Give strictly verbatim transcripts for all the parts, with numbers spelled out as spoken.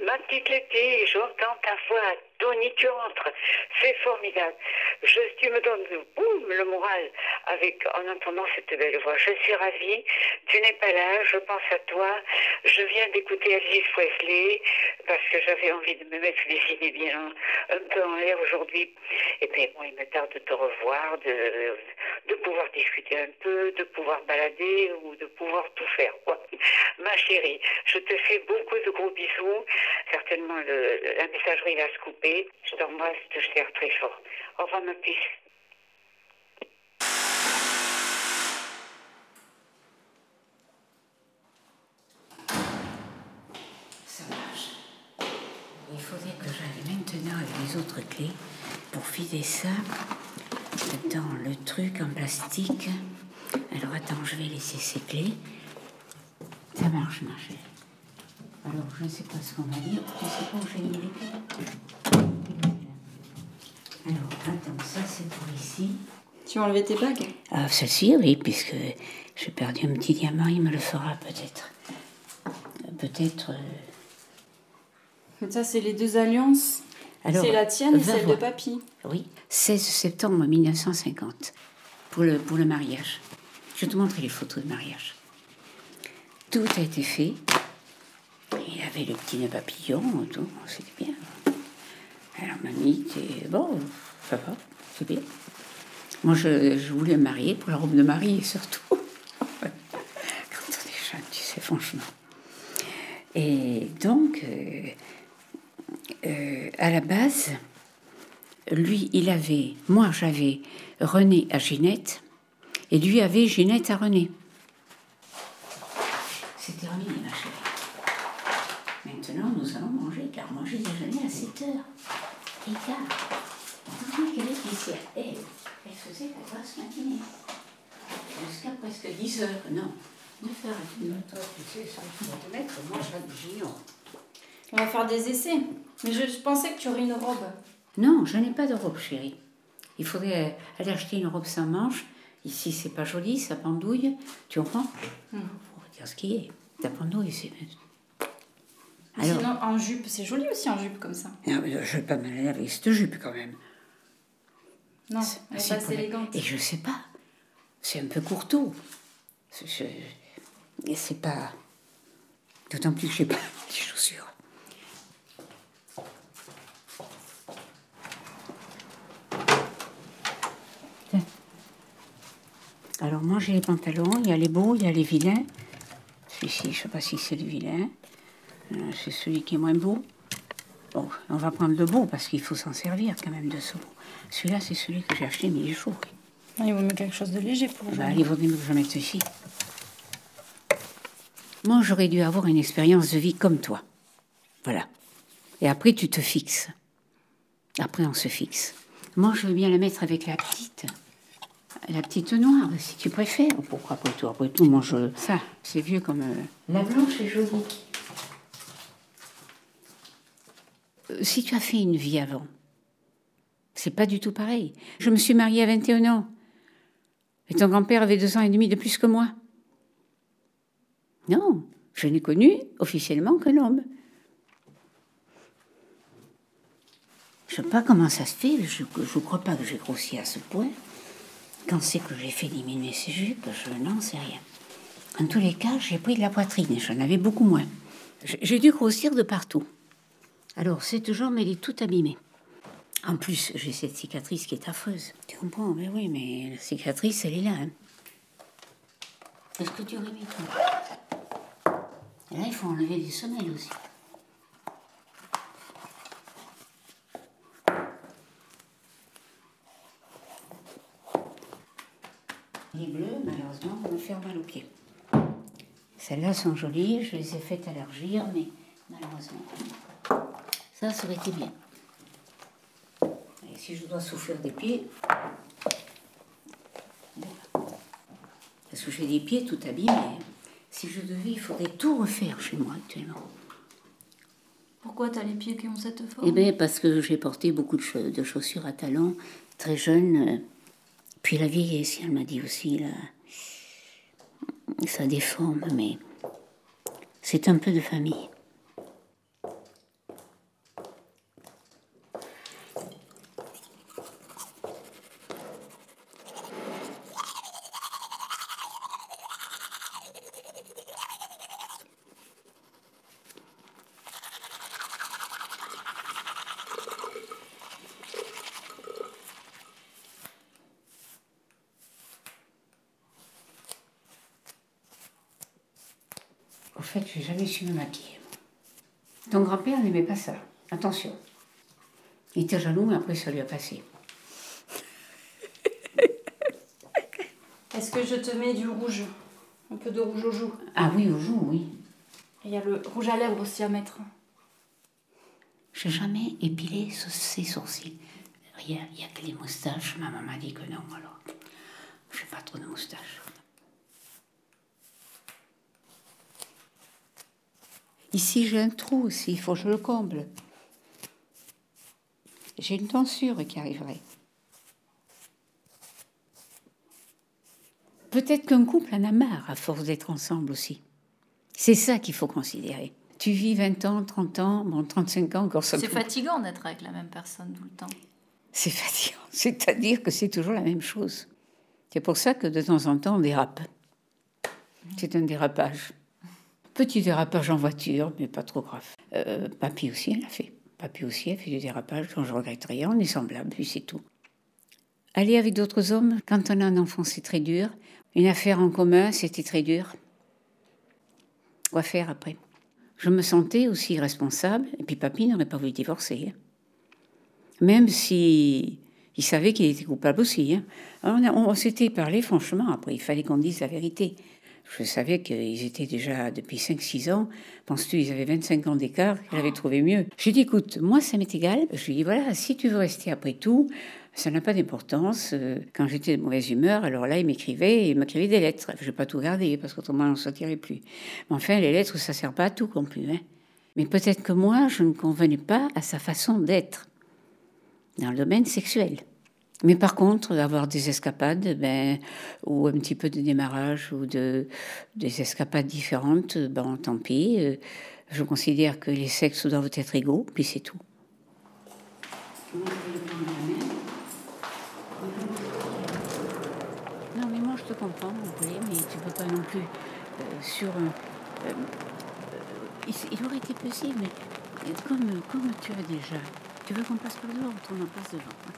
Ma petite Letty, j'entends ta voix tonitruante. C'est formidable. Je, tu me donnes boum, le moral avec, en entendant cette belle voix. Je suis ravie. Tu n'es pas là. Je pense à toi. Je viens d'écouter Elvis Presley parce que j'avais envie de me mettre les idées bien un peu en l'air aujourd'hui. Et puis bon, il me tarde de te revoir, de, de pouvoir discuter un peu, de pouvoir balader ou de pouvoir tout faire, quoi. Ma chérie, je te fais beaucoup de gros bisous. Certainement, le, la messagerie va se couper. Je t'embrasse, je te serre très fort. Au revoir, ma puce. Ça marche. Il faudrait que j'aille maintenant avec les autres clés pour filer ça dans le truc en plastique. Alors attends, je vais laisser ces clés. Ça marche, ma chérie. Alors, je ne sais pas ce qu'on va dire. Je ne sais pas où j'ai mis les clés. Alors, attends, ça c'est pour ici. Tu as enlevé tes bagues? Ah, celle-ci, oui, puisque j'ai perdu un petit diamant, il me le fera peut-être. Peut-être... Euh... Ça, c'est les deux alliances. Alors, c'est la tienne et celle voir. de papy. Oui, seize septembre mille neuf cent cinquante, pour le, pour le mariage. Je vais te montrer les photos de mariage. Tout a été fait. Il y avait le petit nœud papillon, tout, c'était bien. Alors, mamie, t'es... Bon, ça va, c'est bien. Moi, je, je voulais me marier pour la robe de mariée, surtout. Quand on est jeune, tu sais, franchement. Et donc, euh, euh, à la base, lui, il avait... Moi, j'avais René à Ginette, et lui avait Ginette à René. C'est terminé, ma chérie. Maintenant, nous allons manger, car moi, j'ai déjeuné à sept heures. Et car, dis-moi quelle est ici. Elle, elle faisait la grasse matinée. Jusqu'à presque dix heures. Non, neuf heures. Toi, tu sais, ça, tu vas te mettre, moi, j'ignore. On va faire des essais. Mais je, je pensais que tu aurais une robe. Non, je n'ai pas de robe, chérie. Il faudrait aller acheter une robe sans manches. Ici, c'est pas joli, ça pendouille. Tu comprends? Il faut dire ce qui est. Ça pendouille, c'est... Alors, sinon, en jupe, c'est joli aussi en jupe comme ça. Non, mais je vais pas m'aller avec cette jupe quand même. Non, elle est pas assez élégante. Et je sais pas, c'est un peu courteau. Et c'est pas... D'autant plus que j'ai pas des chaussures. Tiens. Alors moi j'ai les pantalons, il y a les beaux, il y a les vilains. Celui-ci, je sais pas si c'est le vilain. C'est celui qui est moins beau. Bon, on va prendre le beau parce qu'il faut s'en servir quand même de ce beau. Celui-là, c'est celui que j'ai acheté, mais il est chaud. Ah, il vaut mieux quelque chose de léger pour vous. Bah, il vaut mieux que je mette ceci. Moi, j'aurais dû avoir une expérience de vie comme toi. Voilà. Et après, tu te fixes. Après, on se fixe. Moi, je veux bien la mettre avec la petite. La petite noire, si tu préfères. Pourquoi après tout? Après tout, moi, je... Ça, c'est vieux comme... Euh... La blanche est jolie. Si tu as fait une vie avant, c'est pas du tout pareil. Je me suis mariée à vingt et un ans. Et ton grand-père avait deux ans et demi de plus que moi. Non, je n'ai connu officiellement qu'un homme. Je sais pas comment ça se fait, je ne crois pas que j'ai grossi à ce point. Quand c'est que j'ai fait diminuer ces jupes, je n'en sais rien. En tous les cas, j'ai pris de la poitrine, j'en avais beaucoup moins. J'ai dû grossir de partout. Alors, cette jambe, elle est toute abîmée. En plus, j'ai cette cicatrice qui est affreuse. Tu comprends? Mais oui, mais la cicatrice, elle est là. Hein. Est-ce que tu aurais mis toi? Et là, il faut enlever des semelles aussi. Les bleus, malheureusement, vont me faire mal aux pieds. Celles-là sont jolies, je les ai faites allergir, mais malheureusement... Ça, ça aurait été bien. Et si je dois souffrir des pieds... Parce que j'ai des pieds tout abîmés. Si je devais, il faudrait tout refaire chez moi actuellement. Pourquoi tu as les pieds qui ont cette forme? Eh bien, parce que j'ai porté beaucoup de, cho- de chaussures à talons, très jeune. Puis la vieillesse, elle m'a dit aussi, là, ça déforme, mais c'est un peu de famille. fait, je n'ai jamais su me maquiller. Ton grand-père n'aimait pas ça. Attention. Il était jaloux, mais après, ça lui a passé. Est-ce que je te mets du rouge? Un peu de rouge aux joues? Ah oui, aux joues, oui. Il y a le rouge à lèvres aussi à mettre. Je n'ai jamais épilé ses sourcils. Rien, il n'y a que les moustaches. Ma maman m'a dit que non, alors je n'ai pas trop de moustaches. Ici, j'ai un trou aussi, il faut que je le comble. J'ai une tonsure qui arriverait. Peut-être qu'un couple en a marre à force d'être ensemble aussi. C'est ça qu'il faut considérer. Tu vis vingt ans, trente ans, bon, trente-cinq ans encore ça. C'est fatigant d'être avec la même personne tout le temps. C'est fatigant, c'est-à-dire que c'est toujours la même chose. C'est pour ça que de temps en temps on dérape. C'est un dérapage. Petit dérapage en voiture, mais pas trop grave. Euh, papy aussi, elle a fait. Papy aussi a fait du dérapage, dont je regrette rien, on est semblables, puis c'est tout. Aller avec d'autres hommes, quand on a un enfant, c'est très dur. Une affaire en commun, c'était très dur. Quoi faire après? Je me sentais aussi responsable, et puis papy n'aurait pas voulu divorcer. Hein. Même si il savait qu'il était coupable aussi. Hein. On, a, on, on s'était parlé franchement, après il fallait qu'on dise la vérité. Je savais qu'ils étaient déjà depuis cinq six ans. Penses-tu, ils avaient vingt-cinq ans d'écart, qu'ils avaient trouvé mieux. J'ai dit, écoute, moi ça m'est égal. Je lui ai dit, voilà, si tu veux rester après tout, ça n'a pas d'importance. Quand j'étais de mauvaise humeur, alors là, il m'écrivait, il m'écrivait des lettres. Je n'ai pas tout gardé, parce qu'autrement, on ne s'en tirait plus. Mais enfin, les lettres, ça ne sert pas à tout non plus. Hein. Mais peut-être que moi, je ne convenais pas à sa façon d'être dans le domaine sexuel. Mais par contre, avoir des escapades, ben, ou un petit peu de démarrage, ou de, des escapades différentes, ben, tant pis. Je considère que les sexes doivent être égaux, puis c'est tout. Non, mais moi, je te comprends, mais tu ne peux pas non plus euh, sur un... Euh, euh, il, il aurait été possible, mais comme, comme tu as déjà... Tu veux qu'on passe par devant ou on en passe devant hein?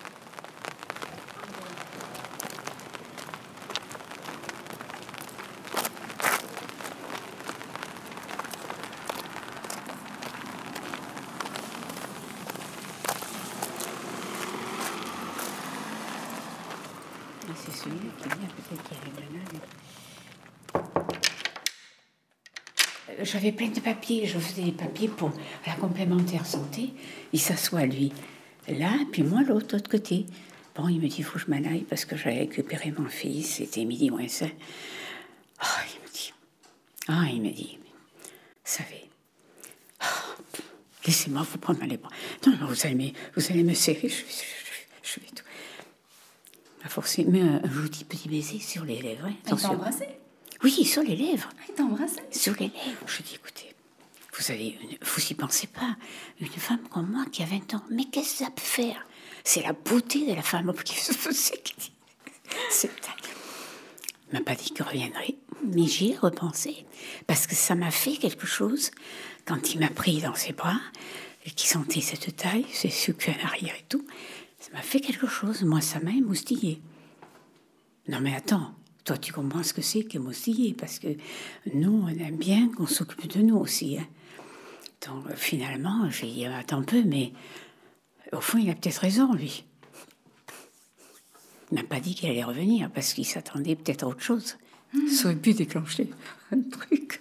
C'est celui-là qui vient, peut-être qu'il y a une banane. J'avais plein de papiers, je faisais des papiers pour la complémentaire santé. Il s'assoit, lui, là, puis moi, l'autre, l'autre côté. Bon, il me dit, il faut que je m'en aille parce que j'avais récupéré mon fils, c'était midi moins cinq. Ah, oh, il me dit, ah, oh, il me dit, vous savez, oh, laissez-moi vous prendre dans les bras. Non, non, vous allez me, vous allez me serrer, je, je, je, je vais tout. À forcer, mais un, un joli petit baiser sur les lèvres. Hein. Il t'a embrassé? Oui, sur les lèvres. Il t'a embrassé? Sur les lèvres. Je dis, écoutez, vous avez, une, vous y pensez pas, une femme comme moi qui a vingt ans, mais qu'est-ce que ça peut faire? C'est la beauté de la femme qui se faisait. C'est il m'a pas dit qu'il reviendrait, mais j'y ai repensé parce que ça m'a fait quelque chose quand il m'a pris dans ses bras et qu'il sentait cette taille, ses sucres en arrière et tout. Ça m'a fait quelque chose. Moi, ça m'a émoustillé. Non, mais attends. Toi, tu comprends ce que c'est qu'émoustiller, parce que nous, on aime bien qu'on s'occupe de nous aussi. Hein. Donc, finalement, j'ai dit, attends un peu, mais au fond, il a peut-être raison, lui. Il n'a pas dit qu'il allait revenir, parce qu'il s'attendait peut-être à autre chose. Mmh. Ça aurait pu déclencher un truc.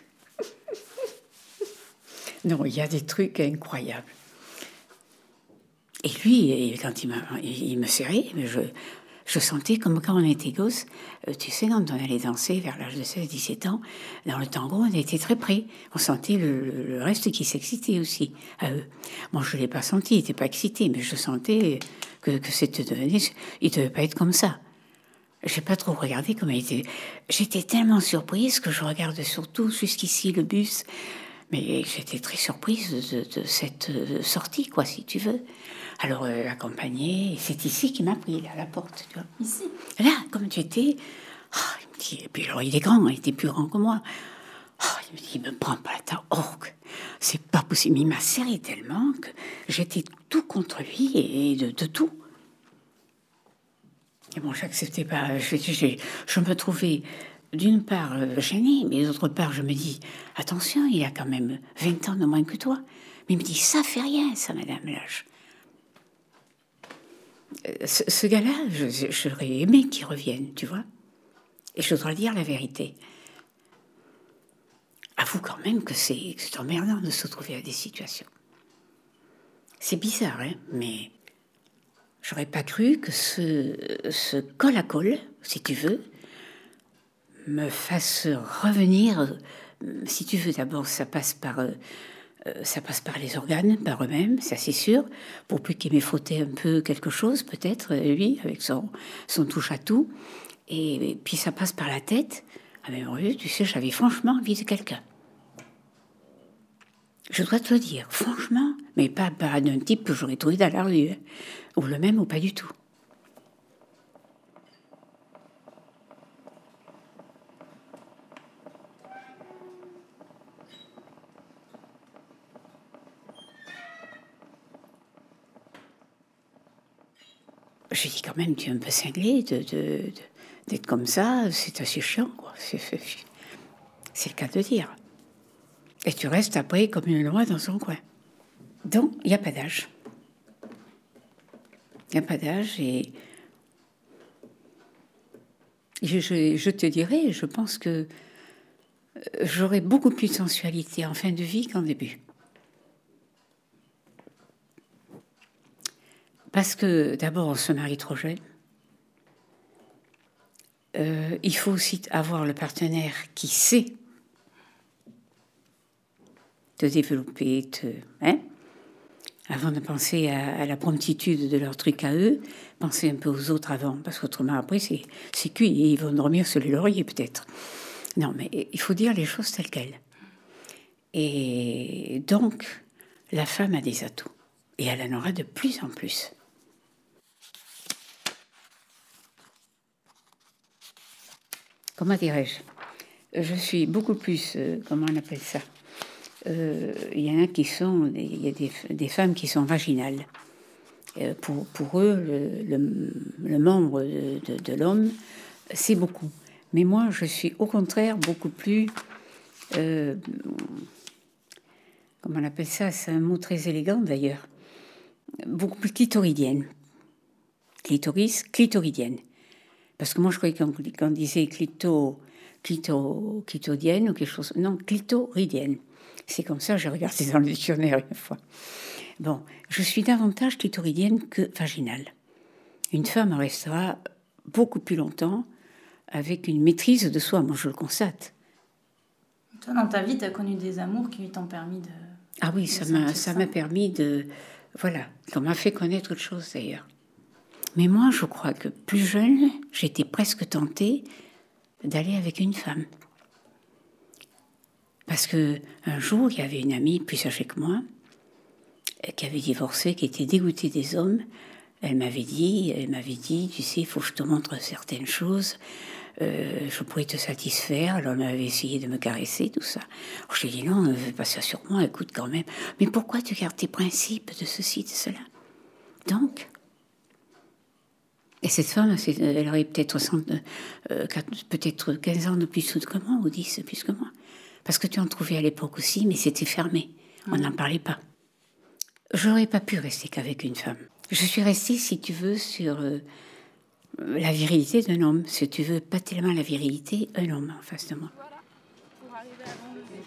Non, il y a des trucs incroyables. Et lui, quand il, m'a, il me serrait, je... Je sentais comme quand on était gosse, euh, tu sais, quand on allait danser vers l'âge de seize dix-sept ans, dans le tango, on était très près. On sentait le, le, le reste qui s'excitait aussi à eux. Moi, je ne l'ai pas senti, il n'était pas excité, mais je sentais que, que c'était devenu... Il ne devait pas être comme ça. Je n'ai pas trop regardé comment il était. J'étais tellement surprise que je regarde surtout jusqu'ici le bus. Mais j'étais très surprise de, de cette sortie, quoi, si tu veux. Alors, euh, accompagnée, c'est ici qu'il m'a pris, là, à la porte, tu vois. Ici? Là, comme tu étais. Oh, il me dit, et puis alors, il est grand, il était plus grand que moi. Oh, il me dit, il me prend pas la tête. Oh, c'est pas possible. Il m'a serré tellement que j'étais tout contre lui et de, de tout. Et bon, j'acceptais pas. Je, je, je me trouvais d'une part, euh, gênée, mais d'autre part, je me dis, attention, il a quand même vingt ans de moins que toi. Mais il me dit, ça fait rien, ça, madame, l'âge. Euh, ce, ce gars-là, je, j'aurais aimé qu'il revienne, tu vois. Et je dois dire la vérité. Avoue quand même que c'est, que c'est emmerdant de se trouver à des situations. C'est bizarre, hein, mais j'aurais pas cru que ce, ce col à col, si tu veux, me fasse revenir. Si tu veux, d'abord, ça passe par, euh, ça passe par les organes, par eux-mêmes, ça c'est sûr, pour plus qu'il m'ait frotté un peu quelque chose, peut-être, lui, avec son, son touche-à-tout. Et, et puis ça passe par la tête. Ah mais oui, tu sais, j'avais franchement envie de quelqu'un. Je dois te le dire, franchement, mais pas, pas d'un type que j'aurais trouvé dans la rue, hein, ou le même ou pas du tout. Je dis quand même, tu es un peu cinglé de, de, de, d'être comme ça, c'est assez chiant, quoi. C'est, c'est, c'est le cas de dire. Et tu restes après comme une loi dans son coin. Donc, il n'y a pas d'âge. Il n'y a pas d'âge et je, je, je te dirais, je pense que j'aurais beaucoup plus de sensualité en fin de vie qu'en début. Parce que d'abord, on se marie trop jeune. Euh, il faut aussi avoir le partenaire qui sait te développer, te, hein, avant de penser à, à la promptitude de leur truc à eux, penser un peu aux autres avant, parce qu'autrement après c'est, c'est cuit et ils vont dormir sur les lauriers peut-être. Non, mais il faut dire les choses telles quelles. Et donc, la femme a des atouts. Et elle en aura de plus en plus. Comment dirais-je ? Je suis beaucoup plus, euh, comment on appelle ça ? Euh, il y en a qui sont, il y a des, des femmes qui sont vaginales. Euh, pour, pour eux, le, le, le membre de, de, de l'homme, c'est beaucoup. Mais moi, je suis au contraire beaucoup plus... Euh, comment on appelle ça ? C'est un mot très élégant d'ailleurs. Beaucoup plus clitoridienne. Clitoris, clitoridienne. Parce que moi, je croyais qu'on, qu'on disait clito, clito, clitoridienne ou quelque chose... Non, clitoridienne. C'est comme ça, j'ai regardé dans le dictionnaire une fois. Bon, je suis davantage clitoridienne que vaginale. Une femme restera beaucoup plus longtemps avec une maîtrise de soi. Moi, je le constate. Toi, dans ta vie, tu as connu des amours qui t'ont permis de... Ah oui, ça m'a, ça m'a permis de... Voilà, ça m'a fait connaître autre chose d'ailleurs. Mais moi, je crois que plus jeune, j'étais presque tentée d'aller avec une femme. Parce que un jour, il y avait une amie plus âgée que moi, qui avait divorcé, qui était dégoûtée des hommes. Elle m'avait dit, elle m'avait dit, tu sais, il faut que je te montre certaines choses. Euh, je pourrais te satisfaire. Alors elle m'avait essayé de me caresser, tout ça. Alors, je lui ai dit non, ne fais pas ça sur moi, écoute quand même. Mais pourquoi tu gardes tes principes de ceci, de cela ? Donc, et cette femme, elle aurait peut-être, euh, peut-être quinze ans de plus que moi, ou dix plus que moi. Parce que tu en trouvais à l'époque aussi, mais c'était fermé. On n'en parlait pas. J'aurais pas pu rester qu'avec une femme. Je suis restée, si tu veux, sur euh, la virilité d'un homme. Si tu veux, pas tellement la virilité, un homme en face de moi. Voilà, pour arriver à l'enlever.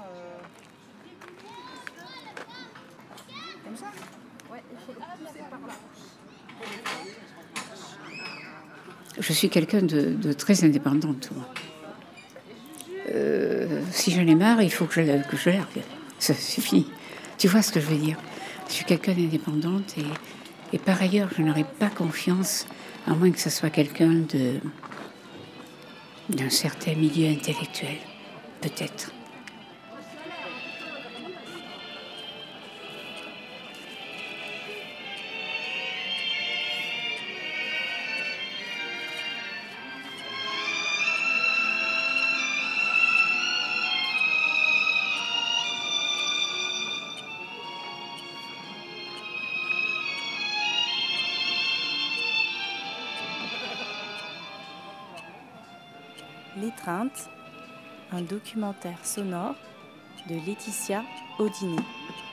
Comme ça ? Ouais, il faut le pousser par là. Je suis quelqu'un de, de très indépendante, moi. Euh, si j'en ai marre, il faut que je, que je largue. Ça suffit. Tu vois ce que je veux dire ? Je suis quelqu'un d'indépendante et, et par ailleurs, je n'aurais pas confiance, à moins que ce soit quelqu'un de, d'un certain milieu intellectuel, peut-être. L'étreinte, un documentaire sonore de Laetitia Audinet.